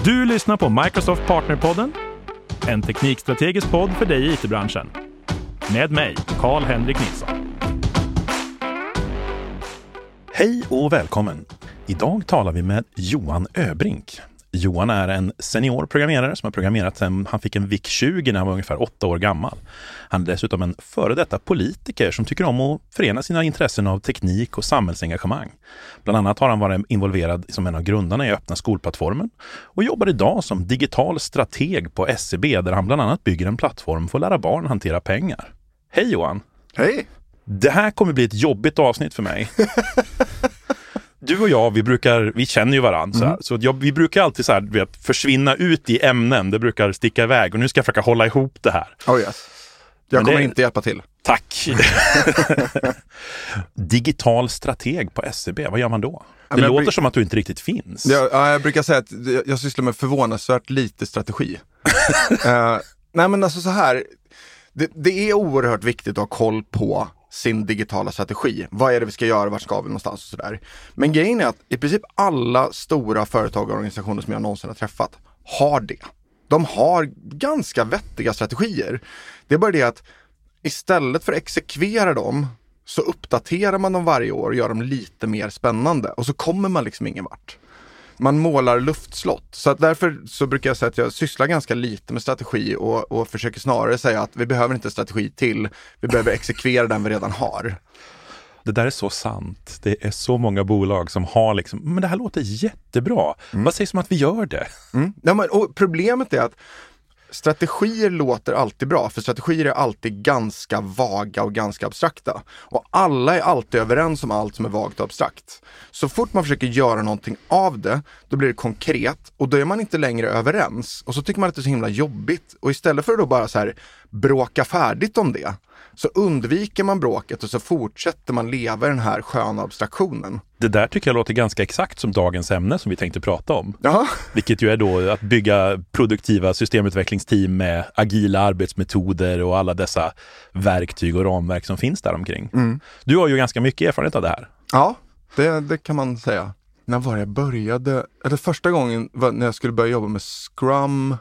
Du lyssnar på Microsoft Partnerpodden, en teknikstrategisk podd för dig i IT-branschen. Med mig, Carl-Henrik Nilsson. Hej och välkommen. Idag talar vi med Johan Öbrink. Johan är en senior programmerare som har programmerat sedan han fick en VIC-20 när han var ungefär 8 år gammal. Han är dessutom en före detta politiker som tycker om att förena sina intressen av teknik och samhällsengagemang. Bland annat har han varit involverad som en av grundarna i öppna skolplattformen och jobbar idag som digital strateg på SCB där han bland annat bygger en plattform för att lära barn hantera pengar. Hej Johan! Hej! Det här kommer bli ett jobbigt avsnitt för mig. Du och jag, vi känner ju varandra. Vi brukar alltid så här, försvinna ut i ämnen. Det brukar sticka iväg. Och nu ska jag försöka hålla ihop det här. Oh yes. Jag kommer inte hjälpa till. Tack. Digital strateg på SCB, vad gör man då? Det låter som att du inte riktigt finns. Jag brukar säga att jag sysslar med förvånansvärt lite strategi. Nej men alltså så här. Det är oerhört viktigt att ha koll på sin digitala strategi. Vad är det vi ska göra? Vart ska vi någonstans och sådär. Men grejen är att i princip alla stora företag och organisationer som jag någonsin har träffat har det. De har ganska vettiga strategier. Det är bara det att istället för att exekvera dem så uppdaterar man dem varje år och gör dem lite mer spännande. Och så kommer man liksom ingen vart. Man målar luftslott. Så att därför så brukar jag säga att jag sysslar ganska lite med strategi och försöker snarare säga att vi behöver inte strategi till. Vi behöver exekvera den vi redan har. Det där är så sant. Det är så många bolag som har liksom, men det här låter jättebra. Vad sägs om att vi gör det? Ja, men, och problemet är att strategier låter alltid bra, för strategier är alltid ganska vaga och ganska abstrakta. Och alla är alltid överens om allt som är vagt och abstrakt. Så fort man försöker göra någonting av det, då blir det konkret och då är man inte längre överens. Och så tycker man att det är så himla jobbigt. Och istället för att då bara så här bråka färdigt om det, så undviker man bråket och så fortsätter man leva i den här sköna abstraktionen. Det där tycker jag låter ganska exakt som dagens ämne som vi tänkte prata om. Jaha. Vilket ju är då att bygga produktiva systemutvecklingsteam med agila arbetsmetoder och alla dessa verktyg och ramverk som finns där omkring. Du har ju ganska mycket erfarenhet av det här. Ja, det kan man säga. När var jag började? Eller första gången var när jag skulle börja jobba med Scrum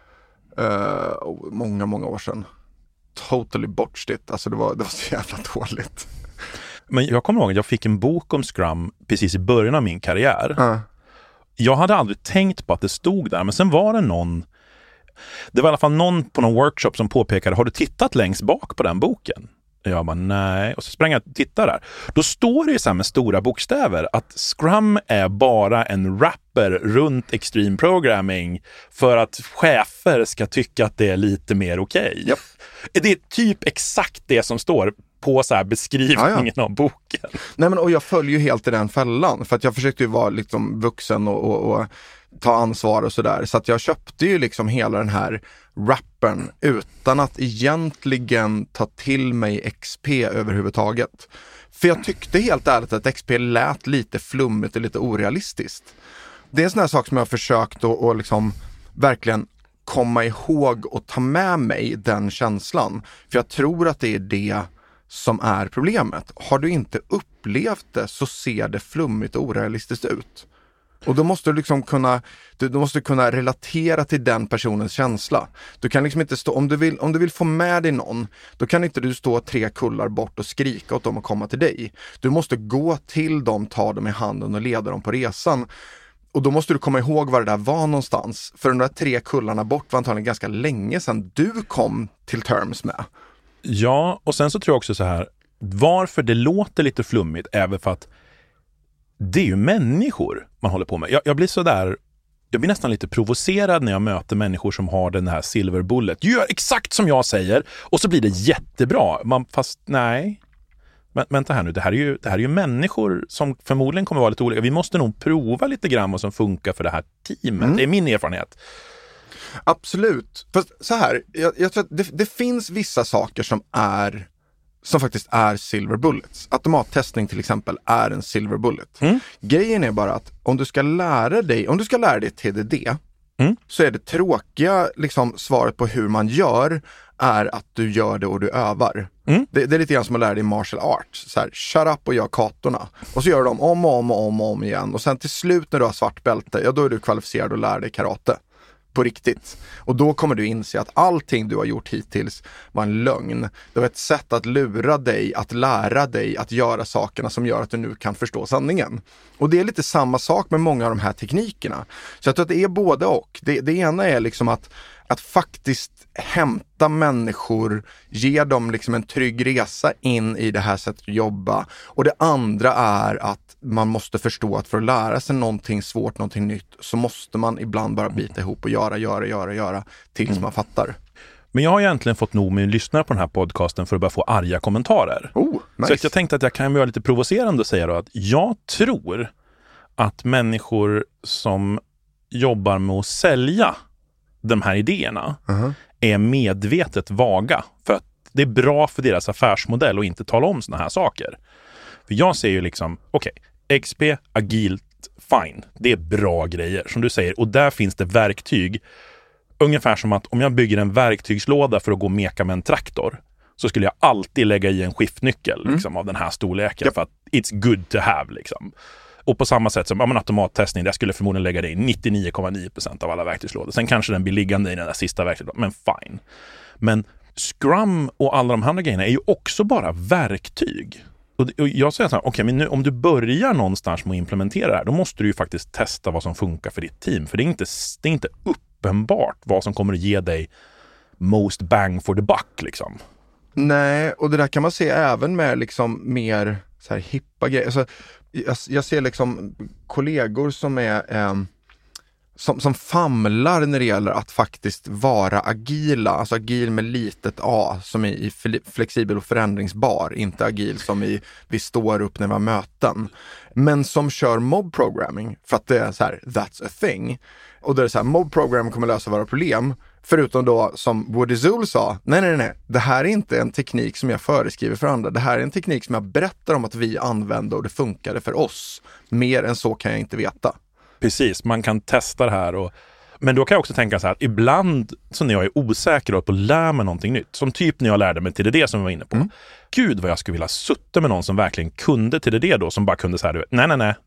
många år sedan. Totally botched it. Alltså det var så jävla dåligt. Men jag kommer ihåg att jag fick en bok om Scrum precis i början av min karriär. Jag hade aldrig tänkt på att det stod där, men sen var det det var i alla fall någon på någon workshop som påpekade, har du tittat längst bak på den boken? Jag bara, nej. Och så sprang jag och tittade där. Då står det så här med stora bokstäver att Scrum är bara en wrapper runt extreme programming för att chefer ska tycka att det är lite mer okej. Yep. Det är typ exakt det som står på så här beskrivningen av boken. Nej, men och jag följer ju helt i den fällan. För att jag försökte ju vara liksom vuxen och ta ansvar och sådär. Så att jag köpte ju liksom hela den här wrappern utan att egentligen ta till mig XP överhuvudtaget. För jag tyckte helt ärligt att XP lät lite flummigt och lite orealistiskt. Det är en sån här sak som jag har försökt att liksom verkligen komma ihåg och ta med mig den känslan. För jag tror att det är det som är problemet. Har du inte upplevt det så ser det flummigt och orealistiskt ut. Och då måste du liksom kunna relatera till den personens känsla. Du kan liksom inte stå, om du vill få med dig någon, då kan inte du stå 3 kullar bort och skrika åt dem och komma till dig. Du måste gå till dem, ta dem i handen och leda dem på resan. Och då måste du komma ihåg var det där var någonstans. För de där 3 kullarna bort var antagligen ganska länge sedan du kom till terms med. Ja, och sen så tror jag också så här, varför det låter lite flummigt är för att det är ju människor man håller på med. Jag blir nästan lite provocerad när jag möter människor som har den här silver bullet. Du gör exakt som jag säger och så blir det jättebra. Fast nej. Men vänta här nu, det här är ju människor som förmodligen kommer vara lite olika. Vi måste nog prova lite grann vad som funkar för det här teamet. Det är min erfarenhet. Absolut. Fast så här, jag tror att det finns vissa saker som faktiskt är silver bullets. Automattestning till exempel är en silver bullet. Grejen är bara att om du ska lära dig TDD, så är det tråkiga liksom, svaret på hur man gör är att du gör det och du övar. Det är lite grann som att lära dig martial arts. Så här, shut up och gör katorna. Och så gör du dem om igen. Och sen till slut när du har svart bälte, ja då är du kvalificerad och lär dig karate. På riktigt. Och då kommer du inse att allting du har gjort hittills var en lögn. Det var ett sätt att lura dig, att lära dig att göra sakerna som gör att du nu kan förstå sanningen. Och det är lite samma sak med många av de här teknikerna. Så jag tror att det är både och. Det ena är liksom att faktiskt hämta människor, ge dem liksom en trygg resa in i det här sättet att jobba. Och det andra är att man måste förstå att för att lära sig någonting svårt, någonting nytt, så måste man ibland bara bita ihop och göra tills man fattar. Men jag har egentligen fått nog med att lyssna på den här podcasten för att bara få arga kommentarer. Nice. Så att jag tänkte att jag kan vara lite provocerande och säga då att jag tror att människor som jobbar med att sälja de här idéerna är medvetet vaga. För att det är bra för deras affärsmodell att inte tala om såna här saker. För jag ser ju liksom, okej, XP, agilt, fine. Det är bra grejer som du säger. Och där finns det verktyg. Ungefär som att om jag bygger en verktygslåda för att gå och meka med en traktor, så skulle jag alltid lägga i en skiftnyckel liksom, av den här storleken. För att it's good to have liksom. Och på samma sätt som automattestning, där skulle förmodligen lägga det i 99,9% av alla verktygslådor. Sen kanske den blir liggande i den där sista verktygslådan, men fine. Men Scrum och alla de andra grejerna är ju också bara verktyg. Och jag säger så här, okej, men nu, om du börjar någonstans med att implementera det här, då måste du ju faktiskt testa vad som funkar för ditt team. För det är inte uppenbart vad som kommer att ge dig most bang for the buck liksom. Nej, och det där kan man se även med liksom mer så här hippa grejer. Alltså, jag ser liksom kollegor som är som famlar när det gäller att faktiskt vara agila, alltså agil med litet a, som i flexibel och förändringsbar, inte agil som i vi står upp när vi har möten, men som kör mob programming för att det är så här, that's a thing. Och då är det så här, mob programming kommer lösa våra problem, förutom då som Woody Zull sa, nej, det här är inte en teknik som jag föreskriver för andra, det här är en teknik som jag berättar om att vi använder och det funkade för oss. Mer än så kan jag inte veta. Precis, man kan testa det här. Men då kan jag också tänka så här att ibland så när jag är osäker på att lära mig någonting nytt, som typ när jag lärde mig TDD som vi var inne på. Gud vad jag skulle vilja sutta med någon som verkligen kunde TDD då, som bara kunde så här,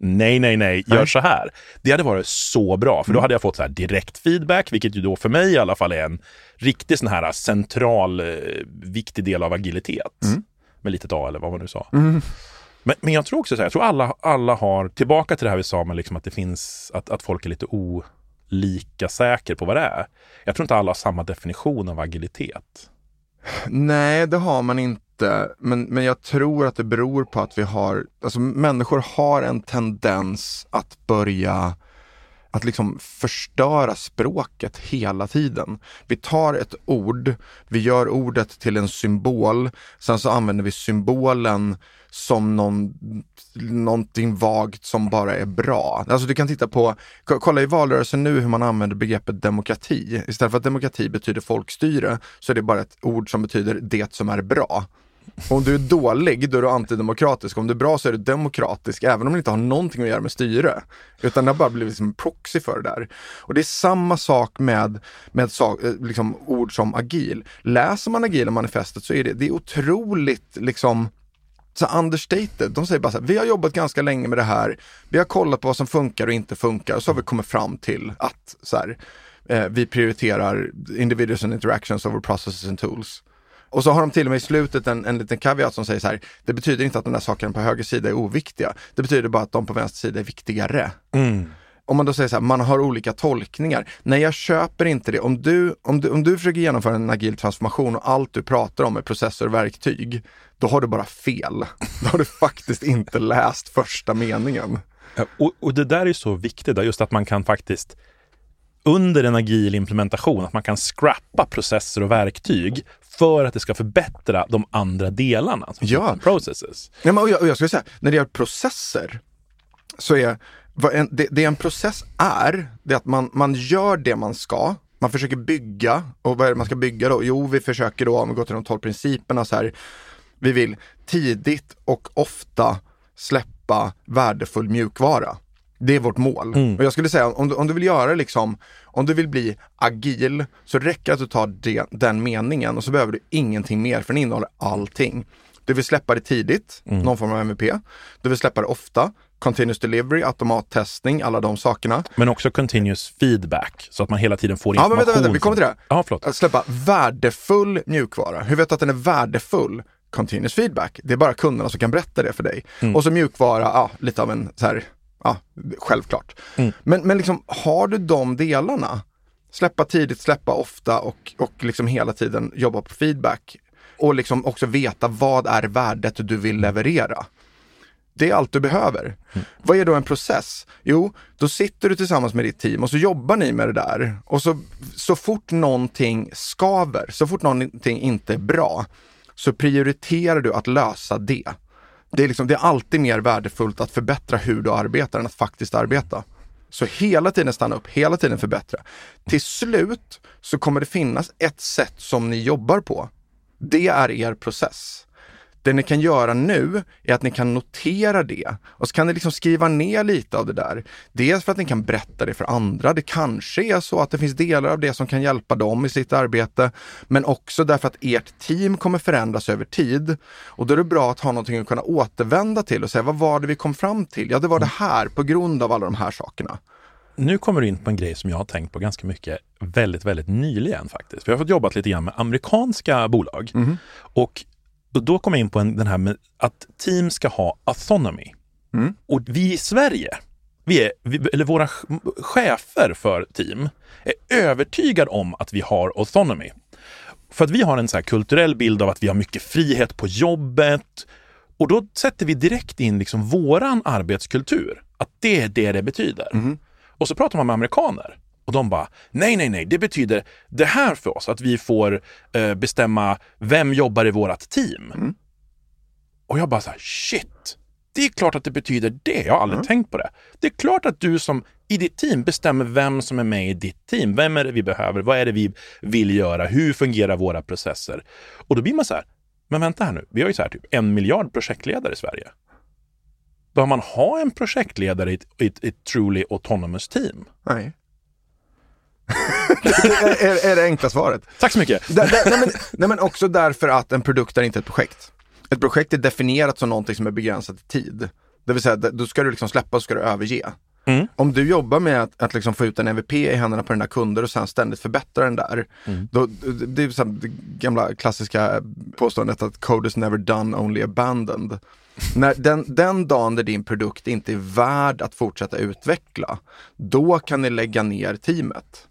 nej, gör så här. Det hade varit så bra, för då hade jag fått så här direkt feedback, vilket ju då för mig i alla fall är en riktigt sån här central, viktig del av agilitet. Med litet A eller vad man nu sa. Men jag tror också så här, jag tror alla har, tillbaka till det här vi sa, men liksom att det finns, att folk är lite olika säker på vad det är. Jag tror inte alla har samma definition av agilitet. Nej, det har man inte. Men jag tror att det beror på att vi har, alltså människor har en tendens att börja att liksom förstöra språket hela tiden. Vi tar ett ord, vi gör ordet till en symbol, sen så använder vi symbolen som någonting vagt som bara är bra. Alltså du kan titta på, kolla i valrörelsen nu hur man använder begreppet demokrati. Istället för att demokrati betyder folkstyre, så är det bara ett ord som betyder det som är bra. Om du är dålig, då är du antidemokratisk. Om du är bra så är du demokratisk, även om det inte har någonting att göra med styre. Utan det har bara blivit liksom proxy för det där. Och det är samma sak med liksom, ord som agil. Läser man agila manifestet så är det är otroligt liksom så understated. De säger bara så här, vi har jobbat ganska länge med det här. Vi har kollat på vad som funkar och inte funkar. Och så har vi kommit fram till att så här, vi prioriterar individuals and interactions over processes and tools. Och så har de till och med i slutet en liten caveat som säger så här, det betyder inte att de där sakerna på höger sida är oviktiga. Det betyder bara att de på vänster sida är viktigare. Om man då säger så här, man har olika tolkningar. Nej, jag köper inte det. Om du försöker genomföra en agil transformation och allt du pratar om är processer och verktyg, då har du bara fel. Då har du faktiskt inte läst första meningen. Och det där är så viktigt, just att man kan faktiskt under en agil implementation, att man kan scrappa processer och verktyg för att det ska förbättra de andra delarna. Alltså processes. Ja, men jag skulle säga, när det gäller processer så är det en process det är att man gör det man ska. Man försöker bygga. Och vad är det man ska bygga då? Jo, vi försöker då, om vi går till de 12 principerna så här, vi vill tidigt och ofta släppa värdefull mjukvara. Det är vårt mål. Och jag skulle säga, om du vill göra liksom, om du vill bli agil, så räcker att du tar den meningen och så behöver du ingenting mer, för den innehåller allting. Du vill släppa det tidigt, någon form av MVP. Du vill släppa det ofta, continuous delivery, automattestning, alla de sakerna. Men också continuous feedback, så att man hela tiden får information. Ja, men vänta, vi kommer till det. Ja, förlåt. Att släppa värdefull mjukvara. Hur vet du att den är värdefull? Continuous feedback. Det är bara kunderna som kan berätta det för dig. Och så mjukvara, lite av en så här, självklart. Men liksom, har du de delarna, släppa tidigt, släppa ofta och liksom hela tiden jobba på feedback och liksom också veta vad är värdet du vill leverera. Det är allt du behöver. Vad är då en process? Jo, då sitter du tillsammans med ditt team och så jobbar ni med det där. Och så fort någonting skaver, så fort någonting inte är bra, så prioriterar du att lösa det. Det är alltid mer värdefullt att förbättra hur du arbetar än att faktiskt arbeta. Så hela tiden stanna upp, hela tiden förbättra. Till slut så kommer det finnas ett sätt som ni jobbar på. Det är er process. Det ni kan göra nu är att ni kan notera det. Och så kan ni liksom skriva ner lite av det där. Dels för att ni kan berätta det för andra. Det kanske är så att det finns delar av det som kan hjälpa dem i sitt arbete. Men också därför att ert team kommer förändras över tid. Och då är det bra att ha någonting att kunna återvända till och säga, vad var det vi kom fram till? Ja, det var det här på grund av alla de här sakerna. Nu kommer du in på en grej som jag har tänkt på ganska mycket väldigt, väldigt nyligen faktiskt. Vi har fått jobbat lite grann med amerikanska bolag. Och då kommer jag in på den här med att team ska ha autonomy. Och vi i Sverige, eller våra chefer för team är övertygade om att vi har autonomy. För att vi har en så här kulturell bild av att vi har mycket frihet på jobbet. Och då sätter vi direkt in liksom våran arbetskultur. Att det är det betyder. Och så pratar man med amerikaner. Och de bara, nej, det betyder det här för oss. Att vi får bestämma vem jobbar i vårat team. Och jag bara så här, shit. Det är klart att det betyder det. Jag har aldrig tänkt på det. Det är klart att du som i ditt team bestämmer vem som är med i ditt team. Vem är det vi behöver? Vad är det vi vill göra? Hur fungerar våra processer? Och då blir man så här, men vänta här nu. Vi har ju så här typ 1 miljard projektledare i Sverige. Bör man ha en projektledare i ett truly autonomous team? Nej. är det enkla svaret. Tack så mycket. Nej, men också därför att en produkt är inte ett projekt. Ett projekt är definierat som någonting som är begränsat i tid. Det vill säga, då ska du liksom släppa och ska du överge. Om du jobbar med att liksom få ut en MVP i händerna på dina kunder och sen ständigt förbättra den där. Då, det är så här, det gamla klassiska påståendet att code is never done, only abandoned. När den dagen där din produkt inte är värd att fortsätta utveckla, då kan ni lägga ner teamet.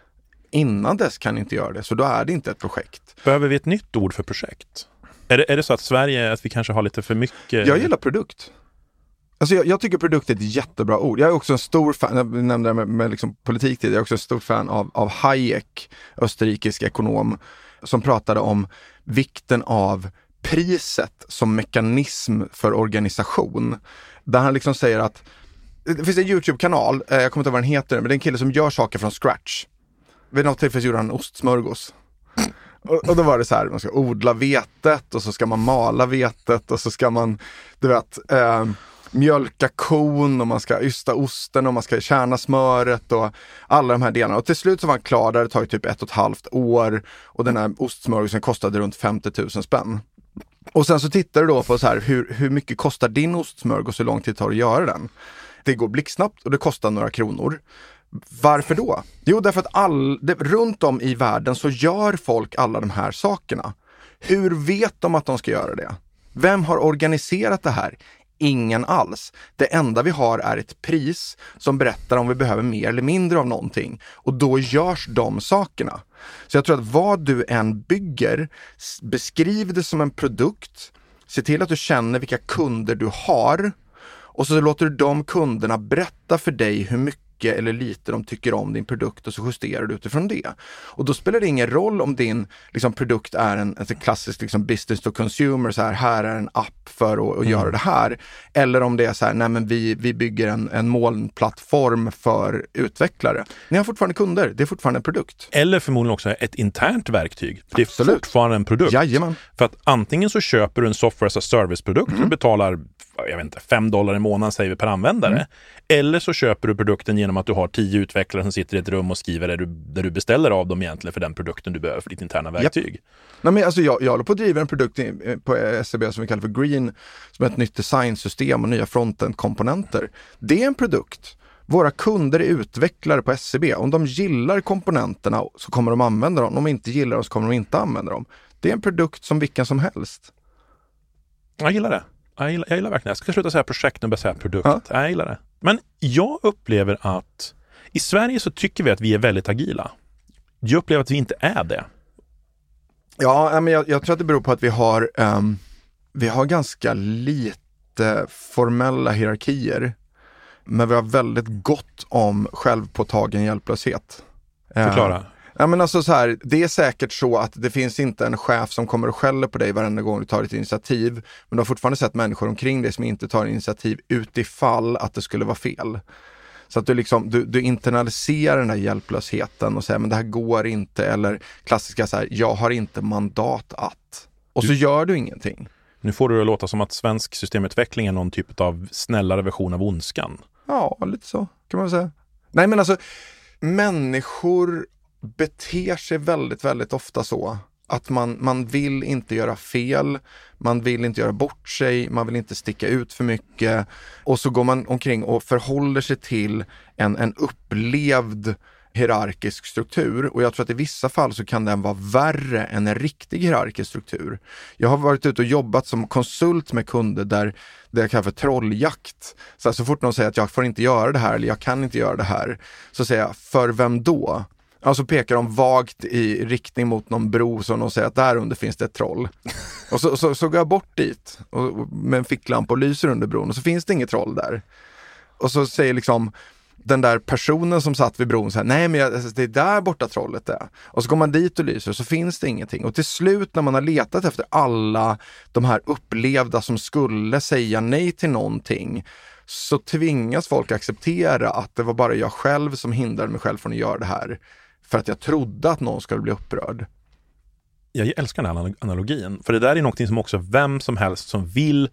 Innan dess kan ni inte göra det, så då är det inte ett projekt. Behöver vi ett nytt ord för projekt? Är det så att Sverige, att vi kanske har lite för mycket... Jag gillar produkt. Alltså jag tycker produkt är ett jättebra ord. Jag är också en stor fan, jag nämnde det med liksom politik tid, jag är också en stor fan av Hayek, österrikisk ekonom, som pratade om vikten av priset som mekanism för organisation. Där han liksom säger att det finns en YouTube-kanal, jag kommer inte ihåg vad den heter, men det är en kille som gör saker från scratch. Vid något tillfälle gjorde han en ostsmörgås. Och då var det så här, man ska odla vetet och så ska man mala vetet och så ska man, du vet, mjölka kon och man ska ysta osten och man ska kärna smöret och alla de här delarna. Och till slut så var han klar, där det tagit typ 1,5 år och den här ostsmörgåsen kostade runt 50 000 spänn. Och sen så tittar du då på så här, hur mycket kostar din ostsmörgås, hur lång tid tar det att göra den? Det går blixtsnabbt och det kostar några kronor. Varför då? Jo, därför att runt om i världen så gör folk alla de här sakerna. Hur vet de att de ska göra det? Vem har organiserat det här? Ingen alls. Det enda vi har är ett pris som berättar om vi behöver mer eller mindre av någonting. Och då görs de sakerna. Så jag tror att vad du än bygger, beskriv det som en produkt. Se till att du känner vilka kunder du har. Och så låter du de kunderna berätta för dig hur mycket eller lite de tycker om din produkt och så justerar du utifrån det. Och då spelar det ingen roll om din liksom, produkt är en klassisk liksom, business to consumer, så här är en app för att göra det här. Eller om det är så här, nej men vi bygger en molnplattform för utvecklare. Ni har fortfarande kunder, det är fortfarande en produkt. Eller förmodligen också ett internt verktyg. Det är fortfarande en produkt. Jajamän. För att antingen så köper du en software as a service-produkt och betalar jag vet inte, $5 i månaden säger vi per användare. Eller så köper du produkten genom att du har 10 utvecklare som sitter i ett rum och skriver där du beställer av dem egentligen för den produkten du behöver för ditt interna verktyg. Nej, men alltså jag håller på att driva en produkt på SCB som vi kallar för Green, som är ett nytt designsystem och nya frontend-komponenter. Det är en produkt. Våra kunder är utvecklare på SCB. Om de gillar komponenterna så kommer de använda dem. Om de inte gillar dem så kommer de inte använda dem. Det är en produkt som vilken som helst. Jag gillar det. Jag gillar verkligen. Jag ska sluta säga projekt och börja säga produkt. Ja. Jag gillar det. Men jag upplever att i Sverige så tycker vi att vi är väldigt agila. Jag upplever att vi inte är det. Ja, men jag tror att det beror på att vi har ganska lite formella hierarkier. Men vi har väldigt gott om självpåtagen hjälplöshet. Förklara. Ja, men alltså så här, det är säkert så att det finns inte en chef som kommer och skäller på dig varenda gång du tar ett initiativ. Men du har fortfarande sett människor omkring dig som inte tar initiativ utifall att det skulle vara fel. Så att du internaliserar den här hjälplösheten och säger men det här går inte. Eller klassiska så här, jag har inte mandat att. Och så gör du ingenting. Nu får du det låta som att svensk systemutveckling är någon typ av snällare version av ondskan. Ja, lite så kan man säga. Nej, men alltså människor beter sig väldigt, väldigt ofta så att man vill inte göra fel, man vill inte göra bort sig, man vill inte sticka ut för mycket och så går man omkring och förhåller sig till en upplevd hierarkisk struktur och jag tror att i vissa fall så kan den vara värre än en riktig hierarkisk struktur. Jag har varit ute och jobbat som konsult med kunder där jag kallar för trolljakt. Så fort någon säger att jag får inte göra det här eller jag kan inte göra det här så säger jag, för vem då? Alltså pekar de vagt i riktning mot någon bro som de säger att där under finns det ett troll. Och så går jag bort dit med en ficklampa och lyser under bron och så finns det inget troll där. Och så säger liksom den där personen som satt vid bron så här, nej men det är där borta trollet är. Och så går man dit och lyser och så finns det ingenting. Och till slut när man har letat efter alla de här upplevda som skulle säga nej till någonting så tvingas folk acceptera att det var bara jag själv som hindrade mig själv från att göra det här. För att jag trodde att någon skulle bli upprörd. Jag älskar den här analogin. För det där är någonting som också vem som helst som vill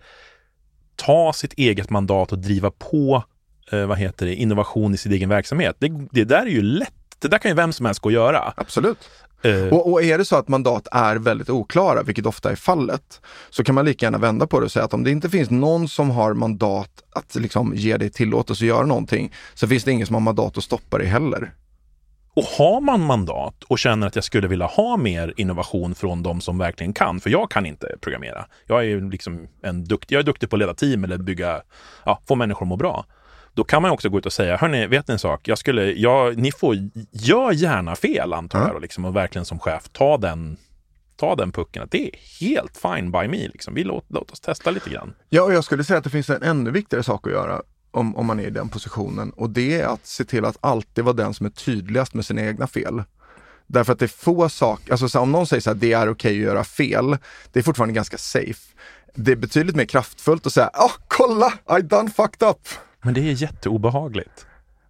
ta sitt eget mandat och driva på innovation i sin egen verksamhet. Det där är ju lätt. Det där kan ju vem som helst gå och göra. Absolut. Och är det så att mandat är väldigt oklara, vilket ofta är fallet, så kan man lika gärna vända på det och säga att om det inte finns någon som har mandat att liksom ge dig tillåtelse att göra någonting så finns det ingen som har mandat att stoppa dig heller. Och har man mandat och känner att jag skulle vilja ha mer innovation från de som verkligen kan, för jag kan inte programmera. Jag är liksom jag är duktig på att leda team eller få människor att må bra. Då kan man också gå ut och säga, hörni, vet ni en sak? Ni får gör gärna fel antar jag liksom, och verkligen som chef ta den pucken. Att det är helt fine by me. Liksom. Låt oss testa lite grann. Ja, och jag skulle säga att det finns en ännu viktigare sak att göra om man är i den positionen. Och det är att se till att alltid vara den som är tydligast med sina egna fel. Därför att det är få saker, alltså så om någon säger så här, det är okej att göra fel, det är fortfarande ganska safe. Det är betydligt mer kraftfullt att säga, kolla, I done fucked up. Men det är jätteobehagligt.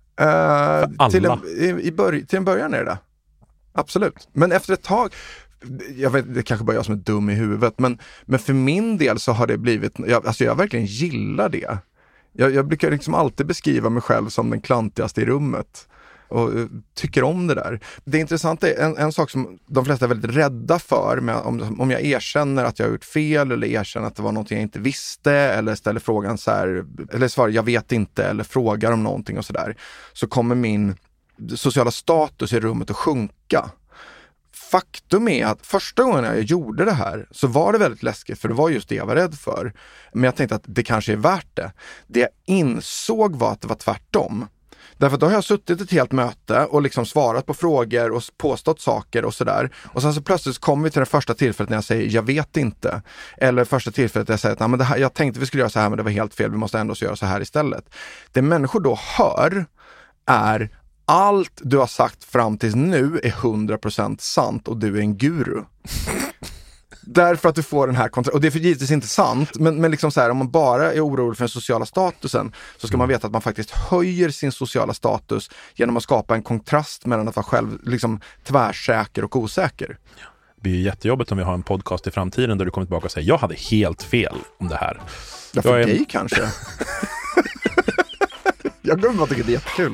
Till en början är det. Absolut. Men efter ett tag, jag vet, det kanske bara jag som är dum i huvudet, men för min del så har det blivit, jag verkligen gillar det. Jag brukar liksom alltid beskriva mig själv som den klantigaste i rummet. Och tycker om det där. Det intressanta är en sak som de flesta är väldigt rädda för. Om jag erkänner att jag har gjort fel eller erkänner att det var någonting jag inte visste eller ställer frågan så här, eller svarar jag vet inte eller frågar om någonting och sådär, så kommer min sociala status i rummet att sjunka. Faktum är att första gången jag gjorde det här så var det väldigt läskigt, för det var just det jag var rädd för. Men jag tänkte att det kanske är värt det. Det jag insåg var att det var tvärtom. Därför att då har jag suttit ett helt möte och liksom svarat på frågor och påstått saker och sådär. Och sen så plötsligt kommer vi till det första tillfället när jag säger jag vet inte. Eller första tillfället där jag säger att men det här, jag tänkte vi skulle göra så här men det var helt fel, vi måste ändå göra så här istället. Det människor då hör är allt du har sagt fram tills nu är 100% sant och du är en guru. Därför att du får den här kontrollen. Och det är givetvis inte sant, men liksom så här, om man bara är orolig för den sociala statusen så ska man veta att man faktiskt höjer sin sociala status genom att skapa en kontrast mellan att vara själv liksom tvärsäker och osäker. Det blir ju jättejobbigt om vi har en podcast i framtiden där du kommer tillbaka och säger jag hade helt fel om det här. Ja, för dig kanske. Jag kommer bara tycka det är jättekul.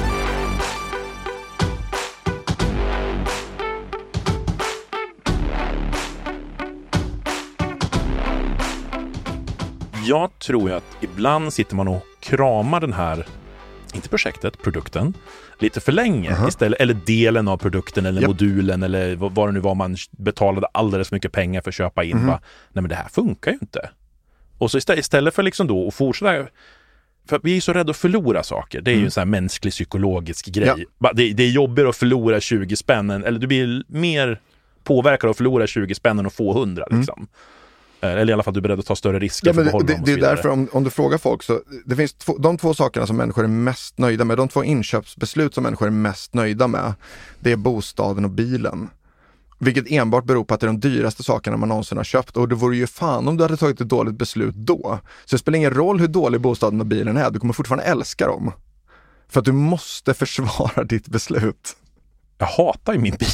Jag tror ju att ibland sitter man och kramar den här, inte projektet, produkten, lite för länge istället, eller delen av produkten eller modulen eller vad det nu var man betalade alldeles mycket pengar för att köpa in. Nej men det här funkar ju inte. Och så istället för liksom då att fortsätta, för vi är så rädda att förlora saker. Det är ju en sån här mänsklig psykologisk grej. Ja. Det är jobbigare att förlora 20 spänn eller du blir mer påverkad att förlora 20 spänn än att få 100 liksom. Eller i alla fall du är beredd att ta större risker för att behålla dem. Det är därför om du frågar folk så det finns de två sakerna som människor är mest nöjda med, de två inköpsbeslut som människor är mest nöjda med, det är bostaden och bilen. Vilket enbart beror på att det är de dyraste sakerna man någonsin har köpt. Och det vore ju fan om du hade tagit ett dåligt beslut då. Så det spelar ingen roll hur dålig bostaden och bilen är, du kommer fortfarande älska dem. För att du måste försvara ditt beslut. Jag hatar ju min bil.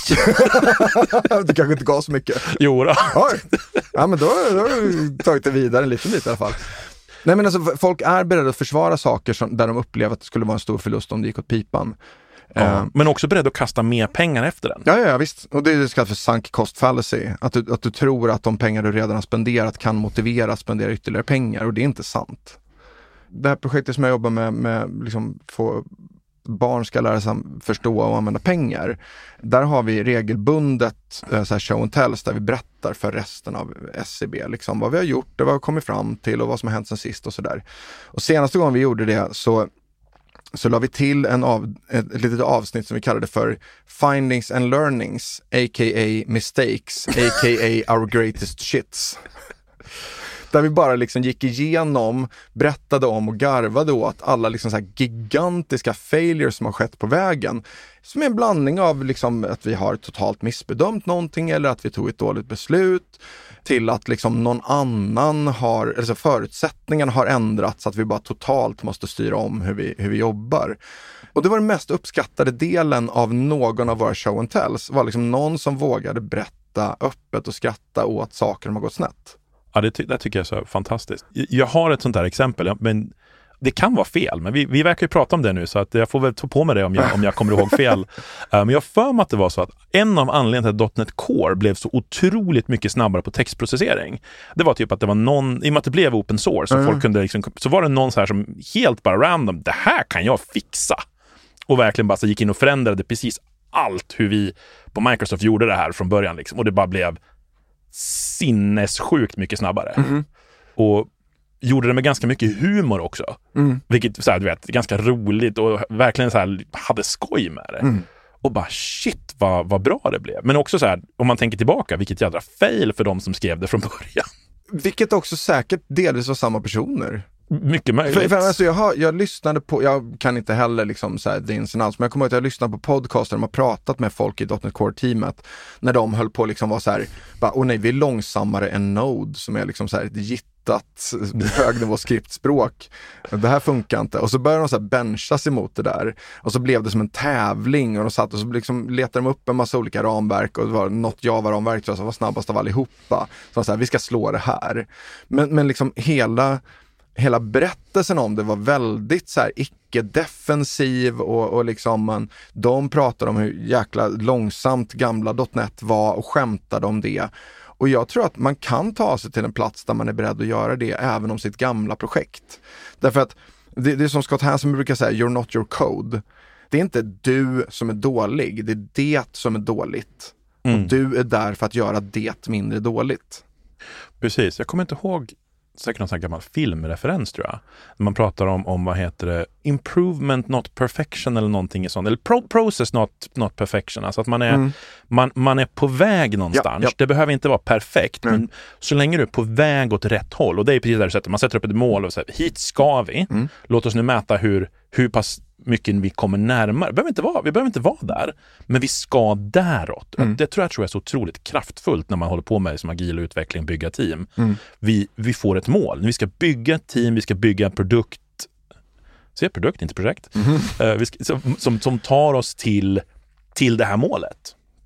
Du kanske inte gav så mycket. Jo då. Ja, men då har du tagit det vidare en liten bit i alla fall. Nej, men alltså, folk är beredda att försvara saker där de upplever att det skulle vara en stor förlust om det gick åt pipan. Ja, men också beredd att kasta mer pengar efter den. Ja, visst. Och det är det kallas för sunk cost fallacy. Att du tror att de pengar du redan har spenderat kan motivera att spendera ytterligare pengar. Och det är inte sant. Det här projektet som jag jobbar med liksom få barn ska lära sig förstå och använda pengar. Där har vi regelbundet så här show and tells där vi berättar för resten av SCB liksom vad vi har gjort, vad vi har kommit fram till och vad som har hänt sen sist och sådär. Och senaste gången vi gjorde det så la vi till ett litet avsnitt som vi kallade för Findings and Learnings, a.k.a. Mistakes, a.k.a. Our Greatest Shits. Där vi bara liksom gick igenom, berättade om och garvade åt alla liksom så här gigantiska failures som har skett på vägen. Som är en blandning av liksom att vi har totalt missbedömt någonting eller att vi tog ett dåligt beslut till att liksom någon annan alltså förutsättningarna har ändrats så att vi bara totalt måste styra om hur vi jobbar. Och det var den mest uppskattade delen av någon av våra show and tells var liksom någon som vågade berätta öppet och skratta åt saker som har gått snett. Ja, det tycker jag är så fantastiskt. Jag har ett sånt där exempel, men det kan vara fel. Men vi verkar ju prata om det nu så att jag får väl ta på mig det om jag kommer ihåg fel. Men jag för mig att det var så att en av anledningarna till att .NET Core blev så otroligt mycket snabbare på textprocessering. Det var typ att det var någon, i och med att det blev open source så folk kunde liksom, så var det någon så här som helt bara random, det här kan jag fixa. Och verkligen bara så gick in och förändrade precis allt hur vi på Microsoft gjorde det här från början liksom. Och det bara blev sinnessjukt mycket snabbare. Och gjorde det med ganska mycket humor också. Vilket så här, du vet, ganska roligt och verkligen så här hade skoj med det. Och bara shit vad bra det blev. Men också så här, om man tänker tillbaka, vilket jädra fail för de som skrev det från början. Vilket också säkert delvis var samma personer. Mycket möjligt. För alltså jag lyssnade på, jag kan inte heller liksom så här, det är ins and outs, men jag kommer ihåg att jag lyssnade på podcaster, de har pratat med folk i .NET Core-teamet när de höll på liksom var så här, bara, nej, vi är långsammare än Node som är liksom så här ett gittat högnivå skriptspråk. Det här funkar inte. Och så började de så här benchas emot det där. Och så blev det som en tävling och de satt och så liksom letade de upp en massa olika ramverk och det var något Java-ramverk som var snabbast av allihopa. Så här, vi ska slå det här. Men liksom hela berättelsen om det var väldigt så här icke-defensiv och liksom de pratade om hur jäkla långsamt gamla .NET var och skämtade om det. Och jag tror att man kan ta sig till en plats där man är beredd att göra det även om sitt gamla projekt. Därför att det är som Scott Hansen brukar säga, you're not your code. Det är inte du som är dålig, det är det som är dåligt. Och du är där för att göra det mindre dåligt. Precis, jag kommer inte ihåg säkert någon sån här gammal filmreferens tror jag. När man pratar om vad heter det? Improvement not perfection eller någonting sånt. Eller process not perfection. Alltså att man är på väg någonstans. Ja. Det behöver inte vara perfekt. Men så länge du är på väg åt rätt håll. Och det är precis där du sätter. Man sätter upp ett mål och säger hit ska vi. Låt oss nu mäta hur pass mycket vi kommer närmare. Vi behöver inte vara där. Men vi ska däråt. Det tror jag är så otroligt kraftfullt när man håller på med som agil utveckling, bygga team. Vi får ett mål. Vi ska bygga ett team, vi ska bygga en produkt. Se produkt, inte projekt. Som tar oss till det här målet.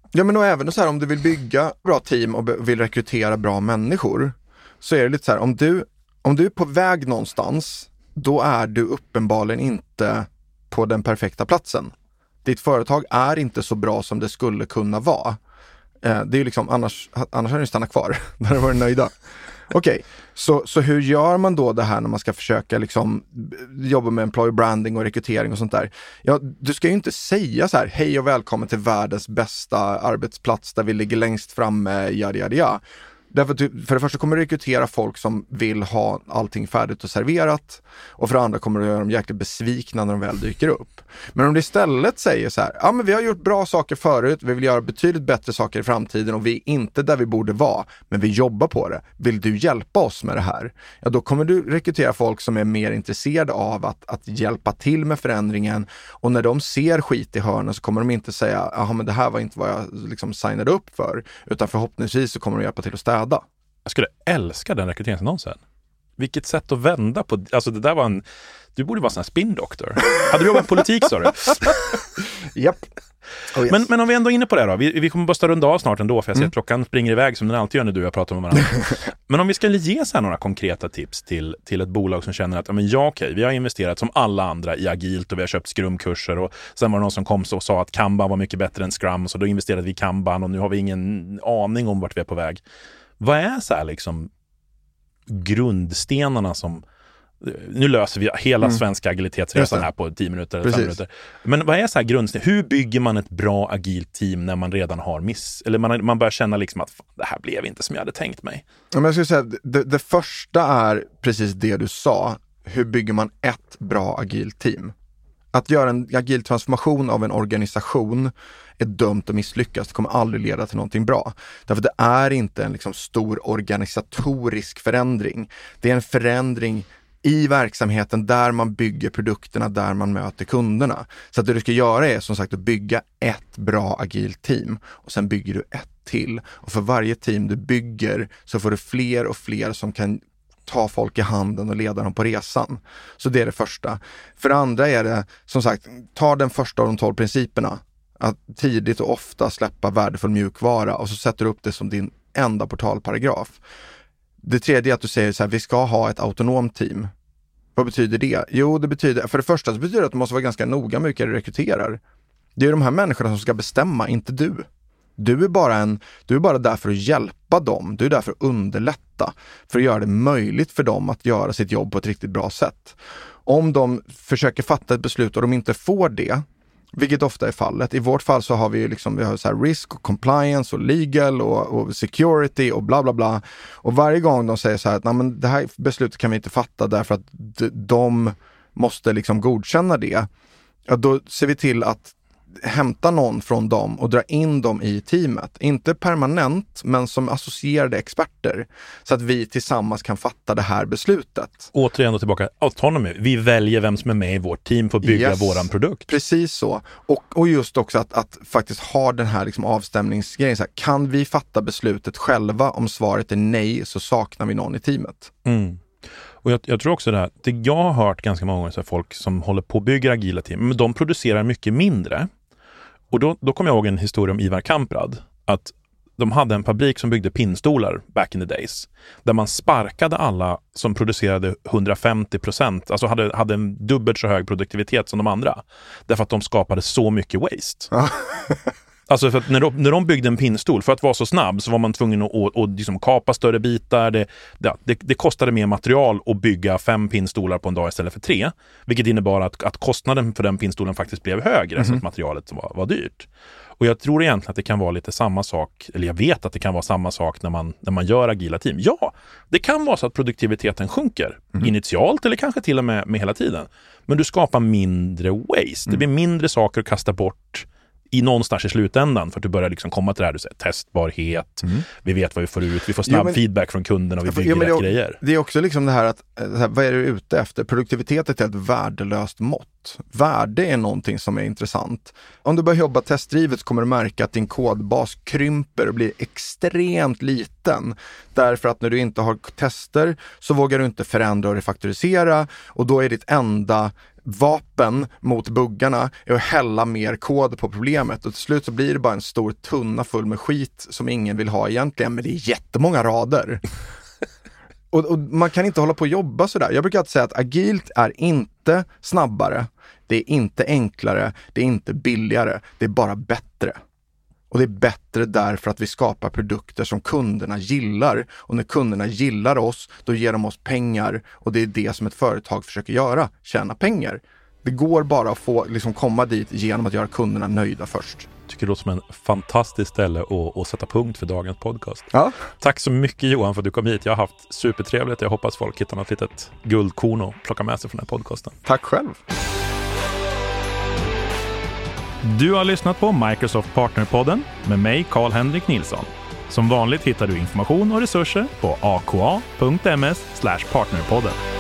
Ja, men och även så här, om du vill bygga bra team och vill rekrytera bra människor, så är det lite så här, om du är på väg någonstans, då är du uppenbarligen inte på den perfekta platsen. Ditt företag är inte så bra som det skulle kunna vara. Det är ju liksom, annars hade du stannat kvar. Där hade du varit nöjda. Okej, så hur gör man då det här när man ska försöka liksom jobba med employer branding och rekrytering och sånt där? Ja, du ska ju inte säga så här, hej och välkommen till världens bästa arbetsplats där vi ligger längst framme, ja. Därför att för det första kommer du rekrytera folk som vill ha allting färdigt och serverat, och för det andra kommer du göra dem jäkligt besvikna när de väl dyker upp. Men om du istället säger så här, ja men vi har gjort bra saker förut, vi vill göra betydligt bättre saker i framtiden och vi är inte där vi borde vara, men vi jobbar på det. Vill du hjälpa oss med det här? Ja, då kommer du rekrytera folk som är mer intresserade av att hjälpa till med förändringen, och när de ser skit i hörnen så kommer de inte säga, jaha men det här var inte vad jag liksom signade upp för, utan förhoppningsvis så kommer de hjälpa till att städa. Jag skulle älska den rekryteringsannonsen. Vilket sätt att vända på. Alltså det där var du borde vara sån här spin-doktor. Hade du jobbat med politik, sa du? Japp. Oh, yes. Men om vi ändå är inne på det då. Vi kommer bara runda av snart ändå, för jag ser att klockan springer iväg som den alltid gör när du och jag pratar med varandra. Men om vi skulle ge så här några konkreta tips till ett bolag som känner att okej, vi har investerat som alla andra i agilt och vi har köpt Scrum-kurser, och sen var det någon som kom och sa att Kanban var mycket bättre än Scrum, så då investerade vi i Kanban och nu har vi ingen aning om vart vi är på väg. Vad är så här liksom grundstenarna som nu löser vi hela svenska agilitetsresan här på 10 minuter eller 5 minuter. Men vad är så här grundsten? Hur bygger man ett bra agilt team när man redan har eller man börjar känna liksom att det här blev inte som jag hade tänkt mig? Men jag skulle säga det första är precis det du sa. Hur bygger man ett bra agilt team? Att göra en agil transformation av en organisation är dömt att misslyckas. Det kommer aldrig leda till någonting bra. Därför det är inte en liksom stor organisatorisk förändring. Det är en förändring i verksamheten där man bygger produkterna, där man möter kunderna. Så att det du ska göra är som sagt att bygga ett bra agilt team, och sen bygger du ett till. Och för varje team du bygger så får du fler och fler som kan ta folk i handen och leda dem på resan. Så det är det första. För det andra är det, som sagt, ta den första av de 12 principerna. Att tidigt och ofta släppa värdefull mjukvara, och så sätter du upp det som din enda portalparagraf. Det tredje är att du säger så här, vi ska ha ett autonomt team. Vad betyder det? Jo, det betyder, för det första så betyder det att du måste vara ganska noga med vilka du rekryterar. Det är de här människorna som ska bestämma, inte du. Du är bara där för att hjälpa dem. Du är där för att underlätta. För att göra det möjligt för dem att göra sitt jobb på ett riktigt bra sätt. Om de försöker fatta ett beslut och de inte får det, vilket ofta är fallet. I vårt fall så har vi har så här risk och compliance och legal och security och bla bla bla. Och varje gång de säger så här att nej, men det här beslutet kan vi inte fatta därför att de måste liksom godkänna det. Ja, då ser vi till att hämta någon från dem och dra in dem i teamet. Inte permanent, men som associerade experter. Så att vi tillsammans kan fatta det här beslutet. Återigen och tillbaka, autonomy. Vi väljer vem som är med i vårt team för att bygga våran produkt. Precis så. Och just också att faktiskt ha den här liksom avstämningsgrejen. Så här, kan vi fatta beslutet själva? Om svaret är nej så saknar vi någon i teamet. Mm. Och jag tror också det jag har hört ganska många gånger så folk som håller på att bygga agila team, men de producerar mycket mindre. Och då kommer jag ihåg en historia om Ivar Kamprad, att de hade en fabrik som byggde pinnstolar back in the days, där man sparkade alla som producerade 150%, alltså hade en dubbelt så hög produktivitet som de andra, därför att de skapade så mycket waste. Alltså för att när de byggde en pinnstol, för att vara så snabb så var man tvungen att liksom kapa större bitar. Det kostade mer material att bygga 5 pinnstolar på en dag istället för 3. Vilket innebar att kostnaden för den pinnstolen faktiskt blev högre, så att materialet var dyrt. Och jag tror egentligen att det kan vara lite samma sak, eller jag vet att det kan vara samma sak när man gör agila team. Ja, det kan vara så att produktiviteten sjunker initialt eller kanske till och med hela tiden. Men du skapar mindre waste. Det blir mindre saker att kasta bort i någonstans i slutändan, för att du börjar liksom komma till det här, du säger testbarhet, vi vet vad vi får ut, vi får snabb feedback från kunderna och vi bygger rätt grejer. Det är också liksom det här att, vad är du ute efter? Produktivitet är ett helt värdelöst mått. Värde är någonting som är intressant. Om du börjar jobba testdrivet så kommer du märka att din kodbas krymper och blir extremt liten. Därför att när du inte har tester så vågar du inte förändra och refaktorisera, och då är ditt enda vapen mot buggarna är att hälla mer kod på problemet, och till slut så blir det bara en stor tunna full med skit som ingen vill ha egentligen, men det är jättemånga rader. Och man kan inte hålla på och jobba sådär. Jag brukar alltid säga att agilt är inte snabbare, det är inte enklare, det är inte billigare, det är bara bättre. Och det är bättre därför att vi skapar produkter som kunderna gillar. Och när kunderna gillar oss, då ger de oss pengar. Och det är det som ett företag försöker göra, tjäna pengar. Det går bara att få komma dit genom att göra kunderna nöjda först. Tycker det låter som en fantastisk ställe att sätta punkt för dagens podcast. Ja. Tack så mycket Johan för att du kom hit. Jag har haft supertrevligt. Jag hoppas folk hittar något litet guldkorn och plockar med sig från den här podcasten. Tack själv. Du har lyssnat på Microsoft Partnerpodden med mig, Carl-Henrik Nilsson. Som vanligt hittar du information och resurser på aka.ms/partnerpodden.